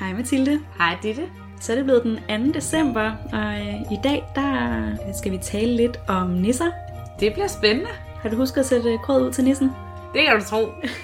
Hej Mathilde. Hej Ditte. Så er det blevet den 2. december, og i dag der skal vi tale lidt om nisser. Det bliver spændende. Har du husket at sætte grød ud til nissen? Det kan du tro.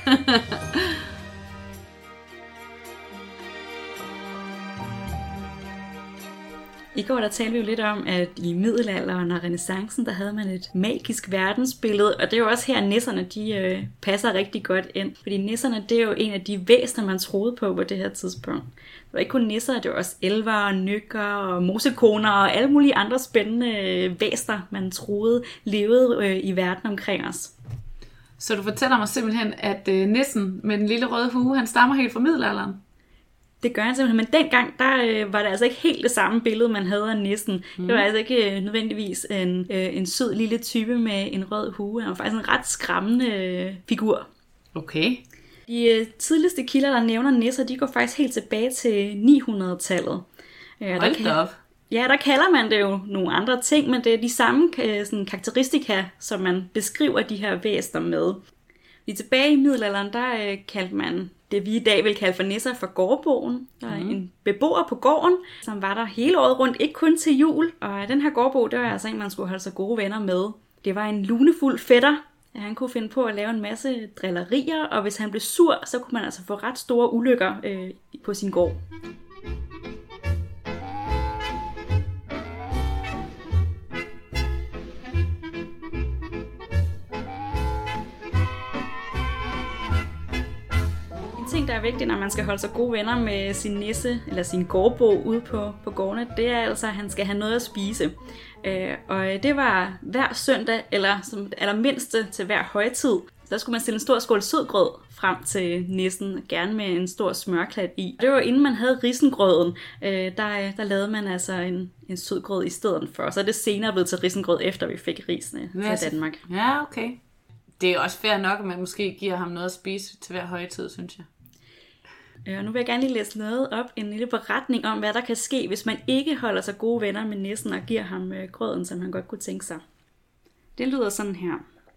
I går der talte vi jo lidt om, at i middelalderen og renæssancen, der havde man et magisk verdensbillede, og det er jo også her, nisserne de passer rigtig godt ind. Fordi nisserne, det er jo en af de væsener, man troede på det her tidspunkt. Det var ikke kun nisser, det var også elver og nykker og mosekoner og alle mulige andre spændende væsener, man troede levede i verden omkring os. Så du fortæller mig simpelthen, at nissen med den lille røde hue, han stammer helt fra middelalderen? Det gør han simpelthen, men dengang, der var det altså ikke helt det samme billede, man havde af nissen. Det var altså ikke nødvendigvis en sød lille type med en rød hue. Han var faktisk en ret skræmmende figur. Okay. De tidligste kilder, der nævner nisser, de går faktisk helt tilbage til 900-tallet. Hold da op. Ja, der kalder man det jo nogle andre ting, men det er de samme sådan, karakteristika, som man beskriver de her væsener med. Lige tilbage i middelalderen, der kaldte man det, vi i dag vil kalde for nisser, for gårdboen. Der er en beboer på gården, som var der hele året rundt, ikke kun til jul. Og den her gårdbo, det var altså en, man skulle holde sig gode venner med. Det var en lunefuld fætter. Han kunne finde på at lave en masse drillerier, og hvis han blev sur, så kunne man altså få ret store ulykker på sin gård. Der er vigtigt, når man skal holde sig gode venner med sin nisse eller sin gårdbo ude på gårdene, det er altså, at han skal have noget at spise. Og det var hver søndag, eller som det allermindste til hver højtid, der skulle man stille en stor skål sødgrød frem til nissen, gerne med en stor smørklat i. Det var inden man havde risengrøden, der lavede man altså en sødgrød i stedet for. Så er det senere blevet til risengrød, efter vi fik risene til Danmark. Ja, okay. Det er også fair nok, at man måske giver ham noget at spise til hver højtid, synes jeg. Og nu vil jeg gerne lige læse noget op, en lille beretning om, hvad der kan ske, hvis man ikke holder sig gode venner med nissen og giver ham grøden, som han godt kunne tænke sig. Det lyder sådan her.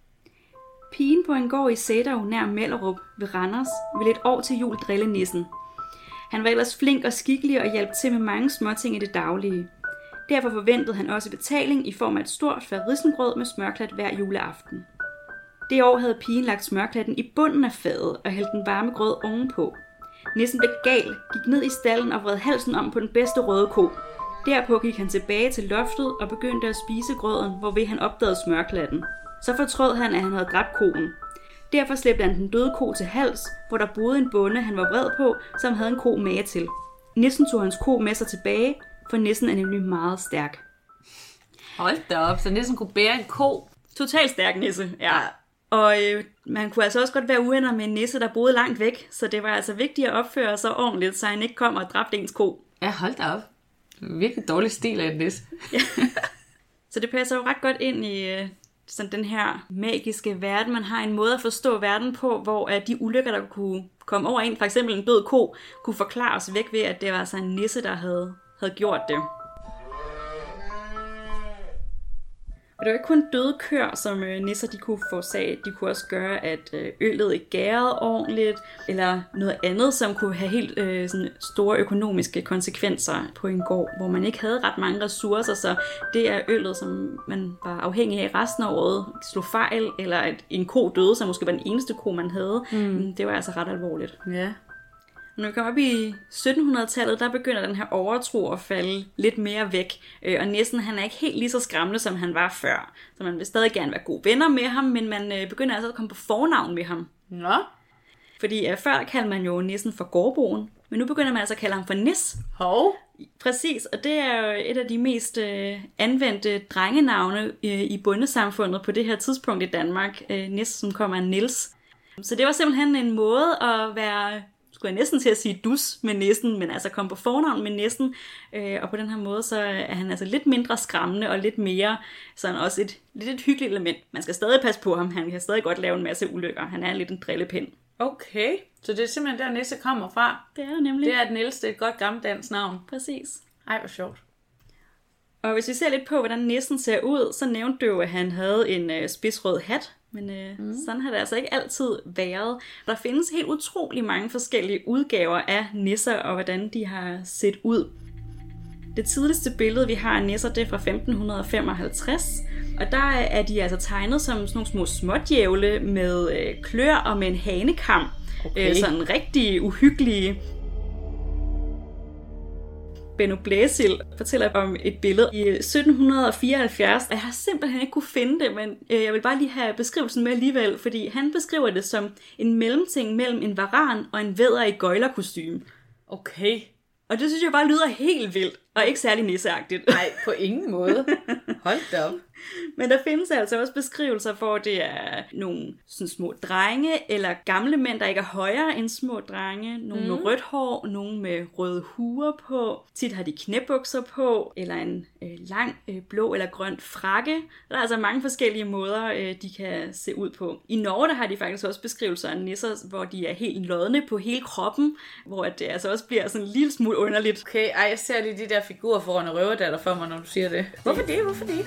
Pigen på en gård i Sædov nær Mellerup ved Randers ville et år til jul drille nissen. Han var ellers flink og skikkelig og hjalp til med mange småting i det daglige. Derfor forventede han også betaling i form af et stort fad risengrød med smørklat hver juleaften. Det år havde pigen lagt smørklatten i bunden af fadet og hældt den varme grød ovenpå. Nissen blev gal, gik ned i stallen og vred halsen om på den bedste røde ko. Derpå gik han tilbage til loftet og begyndte at spise grøden, hvorved han opdagede smørklatten. Så fortrød han, at han havde dræbt koen. Derfor slæbte han den døde ko til hals, hvor der boede en bonde, han var vred på, som havde en ko mage til. Nissen tog hans ko med sig tilbage, for nissen er nemlig meget stærk. Hold da op, så nissen kunne bære en ko. Totalt stærk nisse, ja. Og man kunne altså også godt være uvenner med en nisse, der boede langt væk, så det var altså vigtigt at opføre sig ordentligt, så han ikke kom og dræbte ens ko. Ja, hold da op. Virkelig dårlig stil af en nisse. Ja. Så det passer jo ret godt ind i sådan den her magiske verden. Man har en måde at forstå verden på, hvor de ulykker, der kunne komme over en, for eksempel en død ko, kunne forklares væk ved, at det var altså en nisse, der havde gjort det. Og det var ikke kun døde køer, som nisser de kunne forårsage. De kunne også gøre, at øllet ikke gærede ordentligt, eller noget andet, som kunne have helt sådan store økonomiske konsekvenser på en gård, hvor man ikke havde ret mange ressourcer. Så det er øllet, som man var afhængig af resten af året, slog fejl, eller at en ko døde, som måske var den eneste ko, man havde. Det var altså ret alvorligt. Ja. Når vi kommer op i 1700-tallet, der begynder den her overtro at falde lidt mere væk. Og nissen, han er ikke helt lige så skræmmende, som han var før. Så man vil stadig gerne være gode venner med ham, men man begynder altså at komme på fornavn med ham. Nå? Fordi før kaldte man jo nissen for gårdboen, men nu begynder man altså at kalde ham for nis. Hov? Præcis, og det er jo et af de mest anvendte drengenavne i bondesamfundet på det her tidspunkt i Danmark. Nis, som kommer af Niels. Så det var simpelthen en måde at være... skulle jeg næsten til at sige dus med nissen, men altså komme på fornavn med nissen, og på den her måde, så er han altså lidt mindre skræmmende, og lidt mere sådan også et hyggeligt element. Man skal stadig passe på ham, han kan stadig godt lave en masse ulykker, han er lidt en drillepind. Okay, så det er simpelthen der Nisse kommer fra? Det er det nemlig. Det er et Niels, det er et godt gammeldansk navn. Præcis. Ej, hvor sjovt. Og hvis vi ser lidt på, hvordan nissen ser ud, så nævnte du, at han havde en spidsrød hat Men sådan har det altså ikke altid været. Der findes helt utrolig mange forskellige udgaver af nisser, og hvordan de har set ud. Det tidligste billede, vi har af nisser, det er fra 1555. Og der er de altså tegnet som sådan nogle små smådjævle med klør og med en hanekam. Okay. Sådan rigtig uhyggelige. Benno Blæsild fortæller om et billede i 1774. Jeg har simpelthen ikke kunne finde det, men jeg vil bare lige have beskrivelsen med alligevel, fordi han beskriver det som en mellemting mellem en varan og en vædder i gøjlerkostyme. Okay. Og det synes jeg bare lyder helt vildt, og ikke særlig nisseagtigt. Nej, på ingen måde. Hold da op. Men der findes altså også beskrivelser, hvor det er nogle sådan små drenge, eller gamle mænd, der ikke er højere end små drenge. Nogle med rødt hår, nogle med røde huer på. Tit har de knæbukser på, eller en lang blå eller grøn frakke. Der er altså mange forskellige måder, de kan se ud på. I Norge der har de faktisk også beskrivelser af nisser, hvor de er helt lodne på hele kroppen, hvor det altså også bliver sådan en lille smule underligt. Okay, jeg ser lige de der figurer foran Røverdatter for mig, når du siger det. Hvorfor det? Hvorfor det?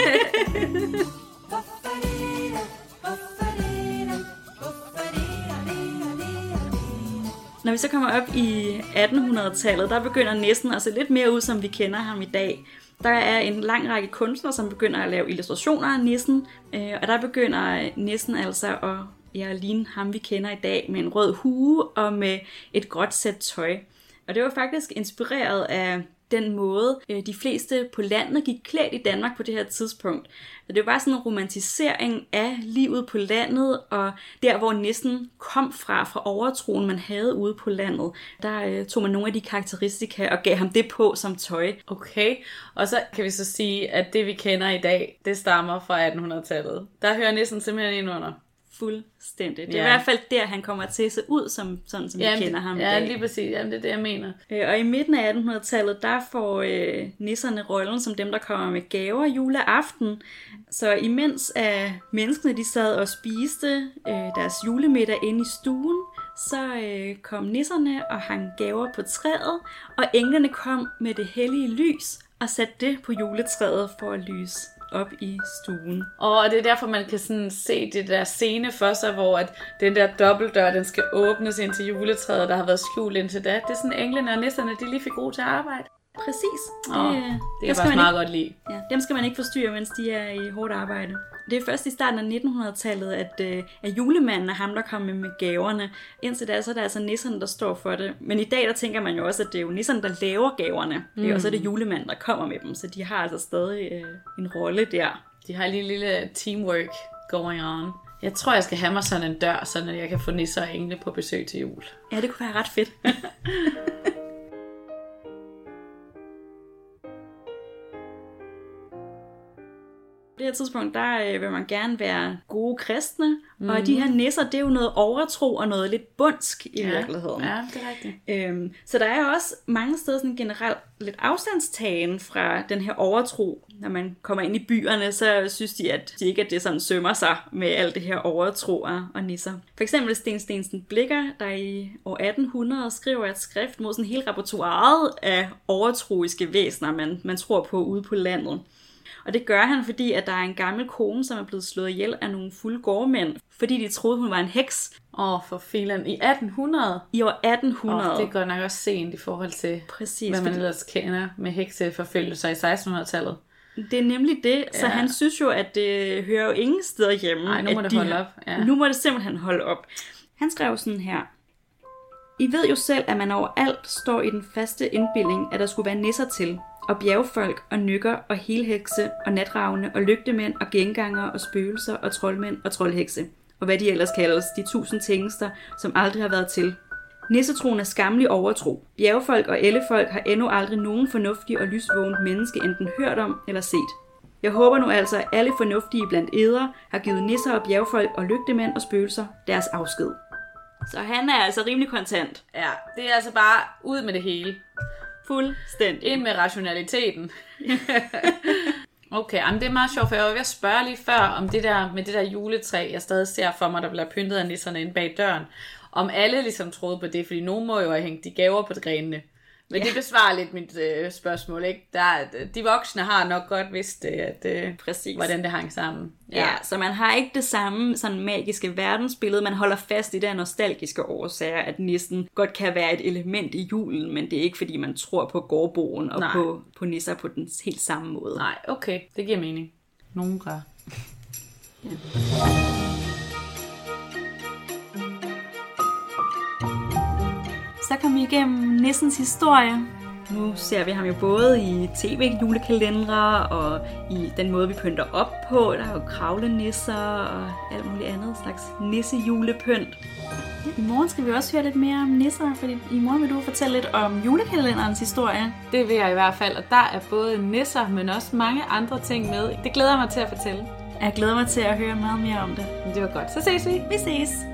Når vi så kommer op i 1800-tallet, der begynder nissen at se lidt mere ud, som vi kender ham i dag. Der er en lang række kunstnere, som begynder at lave illustrationer af nissen, og der begynder nissen altså at ligne ham, vi kender i dag, med en rød hue og med et gråt sæt tøj. Og det var faktisk inspireret af den måde, de fleste på landet gik klædt i Danmark på det her tidspunkt. Så det var bare sådan en romantisering af livet på landet, og der, hvor nissen kom fra overtroen, man havde ude på landet. Der tog man nogle af de karakteristika og gav ham det på som tøj. Okay, og så kan vi så sige, at det vi kender i dag, det stammer fra 1800-tallet. Der hører nissen simpelthen ind under. Fuldstændig. Det er i hvert fald der, han kommer til at se ud, som vi kender ham i dag. Ja, lige præcis. Jamen, det er det, jeg mener. Og i midten af 1800-tallet, der får nisserne rollen som dem, der kommer med gaver juleaften. Så imens menneskene de sad og spiste deres julemiddag inde i stuen, så kom nisserne og hang gaver på træet, og englene kom med det hellige lys og satte det på juletræet for at lyse op i stuen. Og det er derfor, man kan sådan se det der scene for sig, hvor at den der dobbeltdør, den skal åbnes ind til juletræet, der har været skjult indtil da. Det er sådan, englene og nisserne, de lige fik ro til at arbejde. Præcis. Det kan jeg bare meget godt lide. Ja, dem skal man ikke forstyrre, mens de er i hårdt arbejde. Det er først i starten af 1900-tallet, at julemanden er ham, der kommer med gaverne. Indtil da, så er det altså nisserne, der står for det. Men i dag, der tænker man jo også, at det er jo nisserne, der laver gaverne. Og så er det julemanden, der kommer med dem. Så de har altså stadig en rolle der. De har lige en lille teamwork going on. Jeg tror, jeg skal have mig sådan en dør, så jeg kan få nisser og engle på besøg til jul. Ja, det kunne være ret fedt. På det her tidspunkt, der vil man gerne være gode kristne, og de her nisser, det er jo noget overtro og noget lidt bundsk i virkeligheden. Ja, det er rigtigt. Så der er også mange steder sådan generelt lidt afstandstagen fra den her overtro. Når man kommer ind i byerne, så synes de, at de ikke at det sådan sømmer sig med alt det her overtroer og nisser. For eksempel Sten Steensen Blicher, der i år 1800 skriver et skrift mod sådan hele repertoiret af overtroiske væsener, man tror på ude på landet. Og det gør han, fordi at der er en gammel kone, som er blevet slået ihjel af nogle fulde gårdmænd, fordi de troede, hun var en heks. For filen. I 1800? I år 1800. Det går nok også sent i forhold til, præcis, hvad man ellers kender med hekseforfølgelser i 1600-tallet. Det er nemlig det, så han synes jo, at det hører jo ingen steder hjemme. Nej, nu må det holde op. Ja. Nu må det simpelthen holde op. Han skrev sådan her. I ved jo selv, at man overalt står i den faste indbildning, at der skulle være nisser til, og bjergfolk og nykker og helhekse og natravne og lygtemænd og gengangere og spøgelser og troldmænd og troldhekse, og hvad de ellers kaldes, de 1000 tingester, som aldrig har været til. Nissetroen er skammelig overtro. Bjergfolk og ellefolk har endnu aldrig nogen fornuftig og lysvågent menneske enten hørt om eller set. Jeg håber nu altså, at alle fornuftige blandt eder har givet nisser og bjergfolk og lygtemænd og spøgelser deres afsked. Så han er altså rimelig kontant. Ja, det er altså bare ud med det hele. Fuldstændig. Ind med rationaliteten. Okay, men det er meget sjovt, for jeg var ved at spørge lige før om det der med det der juletræ, jeg stadig ser for mig, der bliver pyntet af nisserne inde bag døren. Om alle ligesom troede på det, fordi nogen må jo have hængt de gaver på grenene. Men det besvarer lidt mit spørgsmål, ikke? De voksne har nok godt vidst, hvordan det hang sammen. Ja, så man har ikke det samme sådan magiske verdensbillede. Man holder fast i den nostalgiske årsager, at nissen godt kan være et element i julen, men det er ikke fordi, man tror på gårdboen og på nisser på den helt samme måde. Nej, okay. Det giver mening. Nogen gør. Ja. Så kom vi igennem nissens historie. Nu ser vi ham jo både i tv-julekalendere og i den måde, vi pynter op på. Der er jo kravlenisser og alt muligt andet slags nissejulepynt. I morgen skal vi også høre lidt mere om nisser, fordi i morgen vil du fortælle lidt om julekalenderens historie. Det vil jeg i hvert fald, og der er både nisser, men også mange andre ting med. Det glæder mig til at fortælle. Jeg glæder mig til at høre meget mere om det. Det var godt. Så ses vi. Vi ses.